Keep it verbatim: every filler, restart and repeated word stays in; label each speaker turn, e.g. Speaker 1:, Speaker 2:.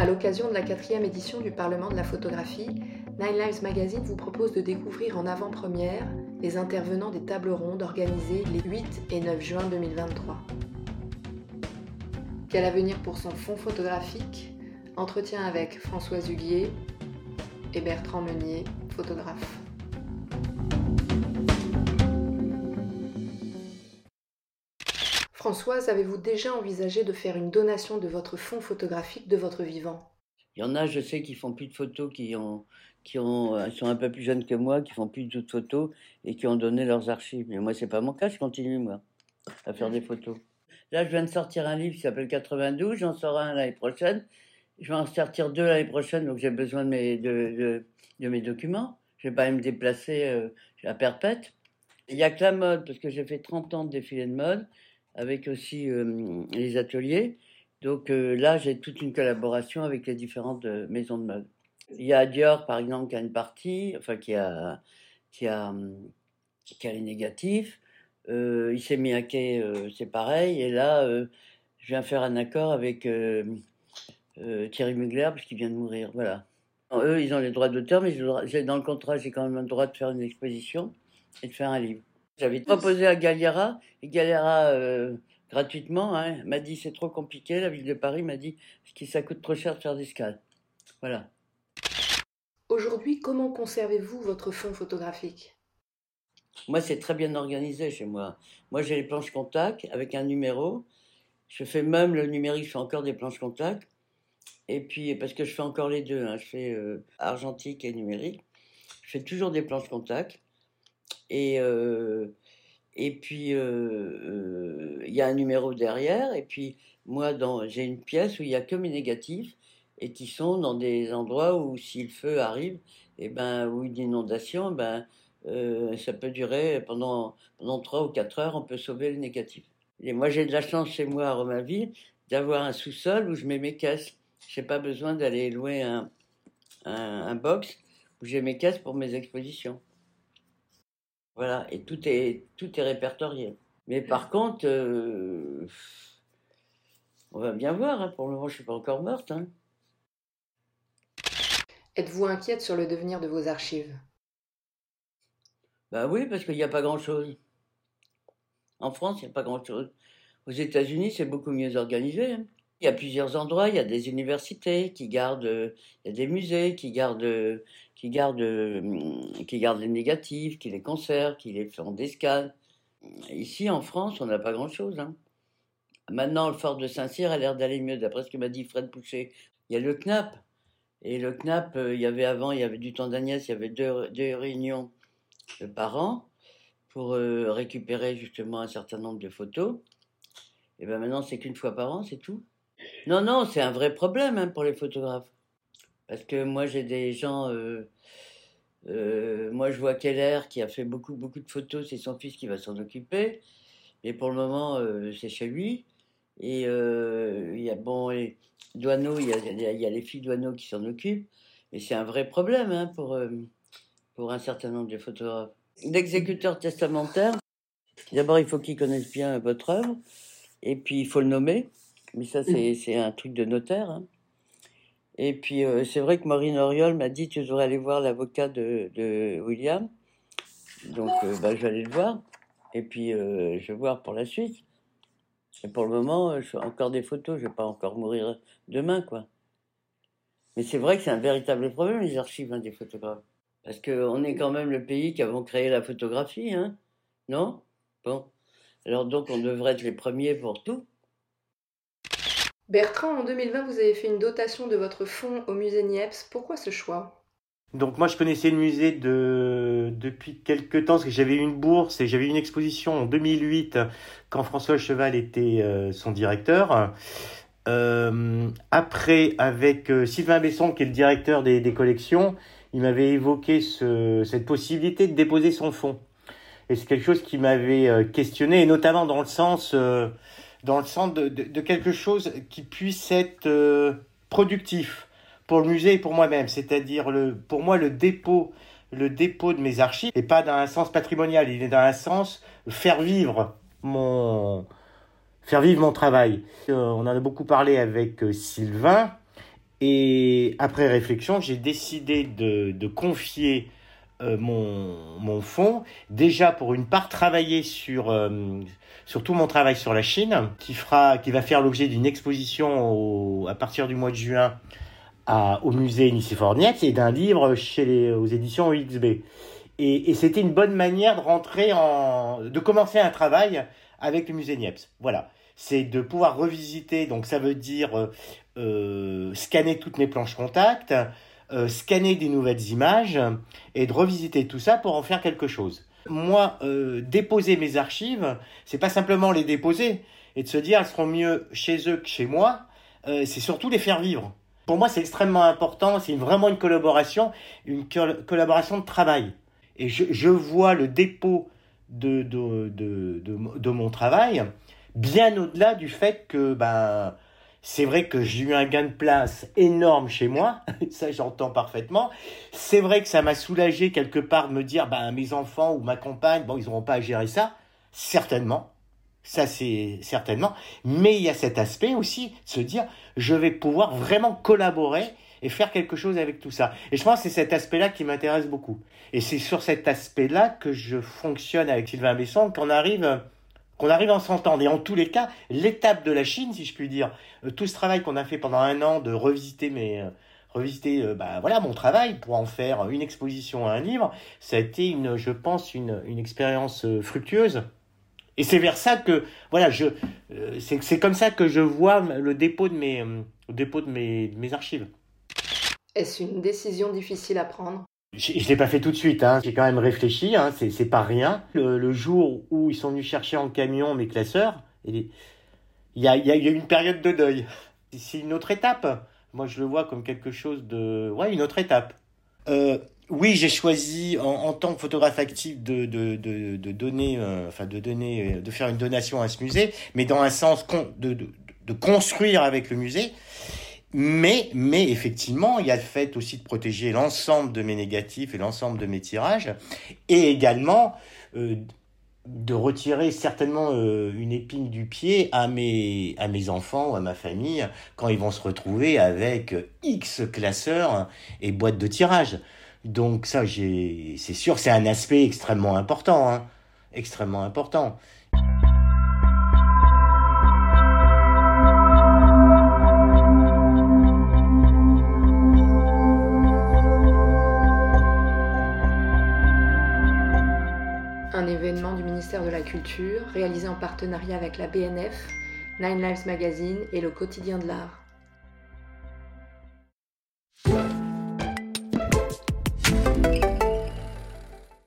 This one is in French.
Speaker 1: À l'occasion de la quatrième édition du Parlement de la photographie, Nine Lives Magazine vous propose de découvrir en avant-première les intervenants des tables rondes organisées les huit et neuf juin deux mille vingt-trois. Quel avenir pour son fonds photographique ? Entretien avec Françoise Huguier et Bertrand Meunier, photographe. Françoise, avez-vous déjà envisagé de faire une donation de votre fonds photographique de votre vivant ?
Speaker 2: Il y en a, je sais, qui font plus de photos, qui ont, qui ont, ils sont un peu plus jeunes que moi, qui font plus de photos et qui ont donné leurs archives. Mais moi, c'est pas mon cas, je continue, moi, à faire des photos. Là, je viens de sortir un livre qui s'appelle quatre-vingt-douze, j'en sors un l'année prochaine. Je vais en sortir deux l'année prochaine, donc j'ai besoin de mes, de, de, de mes documents. Je vais pas aller me déplacer euh, à perpète. Il y a que la mode, parce que j'ai fait trente ans de défilé de mode, avec aussi euh, les ateliers. Donc euh, là, j'ai toute une collaboration avec les différentes euh, maisons de mode. Il y a Dior, par exemple, qui a une partie, enfin, qui a, qui a, qui a les négatifs. Euh, Issey Miyake, euh, c'est pareil. Et là, euh, je viens faire un accord avec euh, euh, Thierry Mugler, parce qu'il vient de mourir. Voilà. Alors, eux, ils ont les droits d'auteur, mais j'ai, dans le contrat, j'ai quand même le droit de faire une exposition et de faire un livre. J'avais proposé à Galliera, et Galliera, euh, gratuitement, hein, m'a dit c'est trop compliqué. La ville de Paris m'a dit que ça coûte trop cher de faire d'escale. Voilà.
Speaker 1: Aujourd'hui, comment conservez-vous votre fonds photographique ?
Speaker 2: Moi, c'est très bien organisé chez moi. Moi, j'ai les planches contact avec un numéro. Je fais même le numérique, je fais encore des planches contact. Et puis, parce que je fais encore les deux, hein, je fais euh, argentique et numérique. Je fais toujours des planches contact. Et, euh, et puis, il euh, euh, y a un numéro derrière. Et puis, moi, dans, j'ai une pièce où il n'y a que mes négatifs et qui sont dans des endroits où, si le feu arrive, et ben, ou une inondation, ben, euh, ça peut durer pendant, pendant trois ou quatre heures, on peut sauver le négatif. Et moi, j'ai de la chance chez moi à Romainville d'avoir un sous-sol où je mets mes caisses. Je n'ai pas besoin d'aller louer un, un, un box où j'ai mes caisses pour mes expositions. Voilà, et tout est, tout est répertorié. Mais par contre, euh, on va bien voir, hein. Pour le moment, je ne suis pas encore morte. Hein.
Speaker 1: Êtes-vous inquiète sur le devenir de vos archives ?
Speaker 2: Ben oui, parce qu'il n'y a pas grand-chose. En France, il n'y a pas grand-chose. Aux États-Unis, c'est beaucoup mieux organisé. Hein. Il y a plusieurs endroits, il y a des universités qui gardent, euh, il y a des musées qui gardent, euh, qui gardent, euh, qui gardent les négatifs, qui les conservent, qui les font d'escale. Ici, en France, on n'a pas grand-chose. Hein. Maintenant, le fort de Saint-Cyr a l'air d'aller mieux, d'après ce que m'a dit Fred Pouchet. Il y a le C N A P. Et le C N A P, euh, il y avait avant, il y avait du temps d'Agnès, il y avait deux, deux réunions euh, par an pour euh, récupérer justement un certain nombre de photos. Et bien maintenant, c'est qu'une fois par an, c'est tout. Non, non, c'est un vrai problème hein, pour les photographes. Parce que moi, j'ai des gens... Euh, euh, moi, je vois Keller qui a fait beaucoup, beaucoup de photos. C'est son fils qui va s'en occuper. Mais pour le moment, euh, c'est chez lui. Et euh, il y a, bon, les Douaneau, il y a, il y a les filles Douaneau qui s'en occupent. Mais c'est un vrai problème hein, pour, euh, pour un certain nombre de photographes. L'exécuteur testamentaire, d'abord, il faut qu'il connaisse bien votre œuvre. Et puis, il faut le nommer. Mais ça, c'est, c'est un truc de notaire. Hein. Et puis, euh, c'est vrai que Maureen Auriol m'a dit, tu devrais aller voir l'avocat de, de William. Donc, euh, bah, je vais aller le voir. Et puis, euh, je vais voir pour la suite. Et pour le moment, je fais encore des photos. Je vais pas encore mourir demain, quoi. Mais c'est vrai que c'est un véritable problème, les archives hein, des photographes. Parce qu'on est quand même le pays qui avons créé la photographie, hein. Non ? Bon. Alors donc, on devrait être les premiers pour tout.
Speaker 1: Bertrand, en deux mille vingt, vous avez fait une dotation de votre fonds au musée Niepce. Pourquoi ce choix ?
Speaker 3: Donc moi je connaissais le musée de, depuis quelques temps, parce que j'avais eu une bourse et j'avais eu une exposition en deux mille huit quand François Cheval était euh, son directeur. Euh, après, avec euh, Sylvain Besson, qui est le directeur des, des collections, il m'avait évoqué ce, cette possibilité de déposer son fonds. Et c'est quelque chose qui m'avait euh, questionné, et notamment dans le sens... Euh, dans le sens de, de, de quelque chose qui puisse être euh, productif pour le musée et pour moi-même. C'est-à-dire, le, pour moi, le dépôt, le dépôt de mes archives n'est pas dans un sens patrimonial, il est dans un sens faire vivre mon, faire vivre mon travail. Euh, on en a beaucoup parlé avec euh, Sylvain, Et après réflexion, j'ai décidé de, de confier euh, mon, mon fonds, déjà pour une part travailler sur, euh, sur tout mon travail sur la Chine, qui, fera, qui va faire l'objet d'une exposition au, à partir du mois de juin à, au musée Nicéphore Niepce et d'un livre chez les, aux éditions O X B. Et, et c'était une bonne manière de rentrer en, de commencer un travail avec le musée Niepce. Voilà. C'est de pouvoir revisiter, donc ça veut dire euh, euh, scanner toutes mes planches contact, euh, scanner des nouvelles images et de revisiter tout ça pour en faire quelque chose. Moi, euh, déposer mes archives, c'est pas simplement les déposer et de se dire elles seront mieux chez eux que chez moi, euh, c'est surtout les faire vivre. Pour moi, c'est extrêmement important, c'est vraiment une collaboration, une col- collaboration de travail. Et je, je vois le dépôt de, de, de, de, de mon travail bien au-delà du fait que ben, c'est vrai que j'ai eu un gain de place énorme chez moi, ça j'entends parfaitement. C'est vrai que ça m'a soulagé quelque part de me dire ben, mes enfants ou ma compagne, bon, ils n'auront pas à gérer ça, certainement. Ça, c'est certainement. Mais il y a cet aspect aussi de se dire je vais pouvoir vraiment collaborer et faire quelque chose avec tout ça. Et je pense que c'est cet aspect-là qui m'intéresse beaucoup. Et c'est sur cet aspect-là que je fonctionne avec Sylvain Besson, qu'on arrive, qu'on arrive à s'entendre. Et en tous les cas, l'étape de la Chine, si je puis dire, tout ce travail qu'on a fait pendant un an de revisiter mes, revisiter, euh, bah, voilà, mon travail pour en faire une exposition à un livre, ça a été, une, je pense, une, une expérience fructueuse. Et c'est vers ça que, voilà, je, euh, c'est, c'est comme ça que je vois le dépôt de mes, euh, le dépôt de mes, de mes archives.
Speaker 1: Est-ce une décision difficile à prendre ?
Speaker 3: Je ne l'ai pas fait tout de suite, hein. J'ai quand même réfléchi, hein. c'est, c'est pas rien. Le, le jour où ils sont venus chercher en camion mes classeurs, il y a, y a, y a une période de deuil. C'est une autre étape. Moi, je le vois comme quelque chose de... Ouais, une autre étape. Euh, oui, j'ai choisi en, en tant que photographe actif de, de, de, de donner, euh, enfin de donner, de faire une donation à ce musée, mais dans un sens con, de, de, de construire avec le musée. Mais, mais effectivement, il y a le fait aussi de protéger l'ensemble de mes négatifs et l'ensemble de mes tirages, et également euh, de retirer certainement euh, une épine du pied à mes, à mes enfants ou à ma famille quand ils vont se retrouver avec X classeurs et boîtes de tirage. Donc ça, j'ai, c'est sûr, c'est un aspect extrêmement important, hein, extrêmement important.
Speaker 1: Un événement du ministère de la Culture, réalisé en partenariat avec la B N F, Nine Lives Magazine et le Quotidien de l'Art.